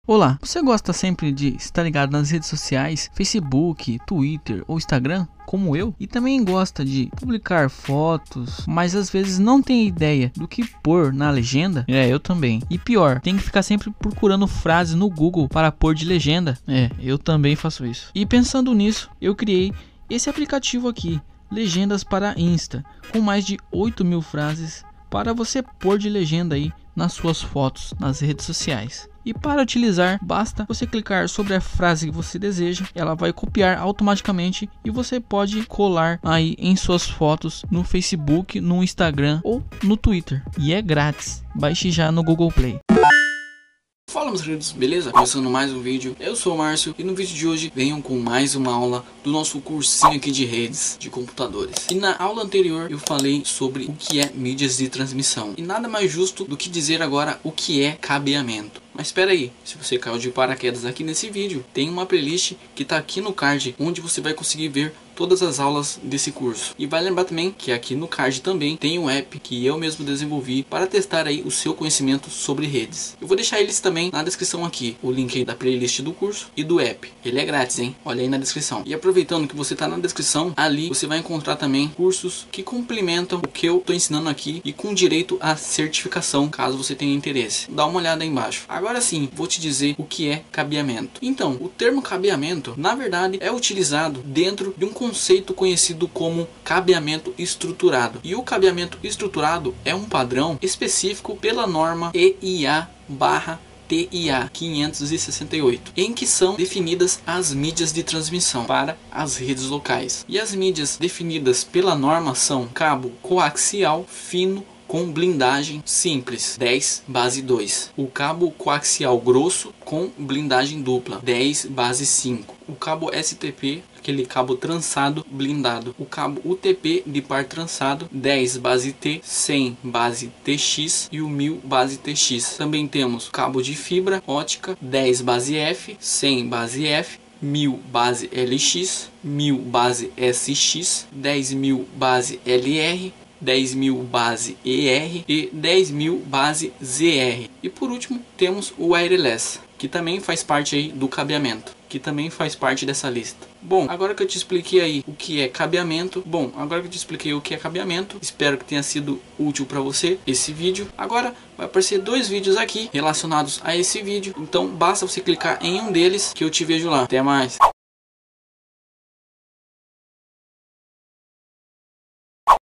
Olá, você gosta sempre de estar ligado nas redes sociais, Facebook, Twitter ou Instagram, como eu? E também gosta de publicar fotos, mas às vezes não tem ideia do que pôr na legenda? Eu também. E pior, tem que ficar sempre procurando frases no Google para pôr de legenda? Eu também faço isso. E pensando nisso, eu criei esse aplicativo aqui, Legendas para Insta, com mais de 8.000 frases para você pôr de legenda aí nas suas fotos nas redes sociais. E para utilizar, basta você clicar sobre a frase que você deseja, ela vai copiar automaticamente e você pode colar aí em suas fotos no Facebook, no Instagram ou no Twitter. E é grátis, baixe já no Google Play. Fala, meus queridos, beleza? Começando mais um vídeo, eu sou o Márcio e no vídeo de hoje venham com mais uma aula do nosso cursinho aqui de redes de computadores. E na aula anterior eu falei sobre o que é mídias de transmissão. E nada mais justo do que dizer agora o que é cabeamento. Mas espera aí, se você caiu de paraquedas aqui nesse vídeo, tem uma playlist que está aqui no card, onde você vai conseguir ver todas as aulas desse curso. E vai lembrar também que aqui no card também tem um app que eu mesmo desenvolvi para testar aí o seu conhecimento sobre redes. Eu vou deixar eles também na descrição aqui, o link aí da playlist do curso e do app. Ele é grátis, hein? Olha aí na descrição. E aproveitando que você está na descrição, ali você vai encontrar também cursos que complementam o que eu estou ensinando aqui e com direito à certificação, caso você tenha interesse. Dá uma olhada aí embaixo. Agora sim, vou te dizer o que é cabeamento. Então, o termo cabeamento, na verdade, é utilizado dentro de um conceito conhecido como cabeamento estruturado. E o cabeamento estruturado é um padrão específico pela norma EIA/TIA 568, em que são definidas as mídias de transmissão para as redes locais. E as mídias definidas pela norma são cabo coaxial fino com blindagem simples 10 base 2, o cabo coaxial grosso com blindagem dupla 10 base 5, o cabo STP, aquele cabo trançado blindado, o cabo UTP de par trançado 10 base T, 100 base TX e o 1000 base TX. Também temos cabo de fibra ótica 10 base F, 100 base F, 1000 base LX, 1000 base SX, 10.000 base LR, 10.000 base ER e 10.000 base ZR. E por último temos o wireless, que também faz parte aí do cabeamento, que também faz parte dessa lista. Bom, agora que eu te expliquei aí o que é cabeamento, espero que tenha sido útil para você esse vídeo. Agora vai aparecer dois vídeos aqui relacionados a esse vídeo, então basta você clicar em um deles que eu te vejo lá. Até mais!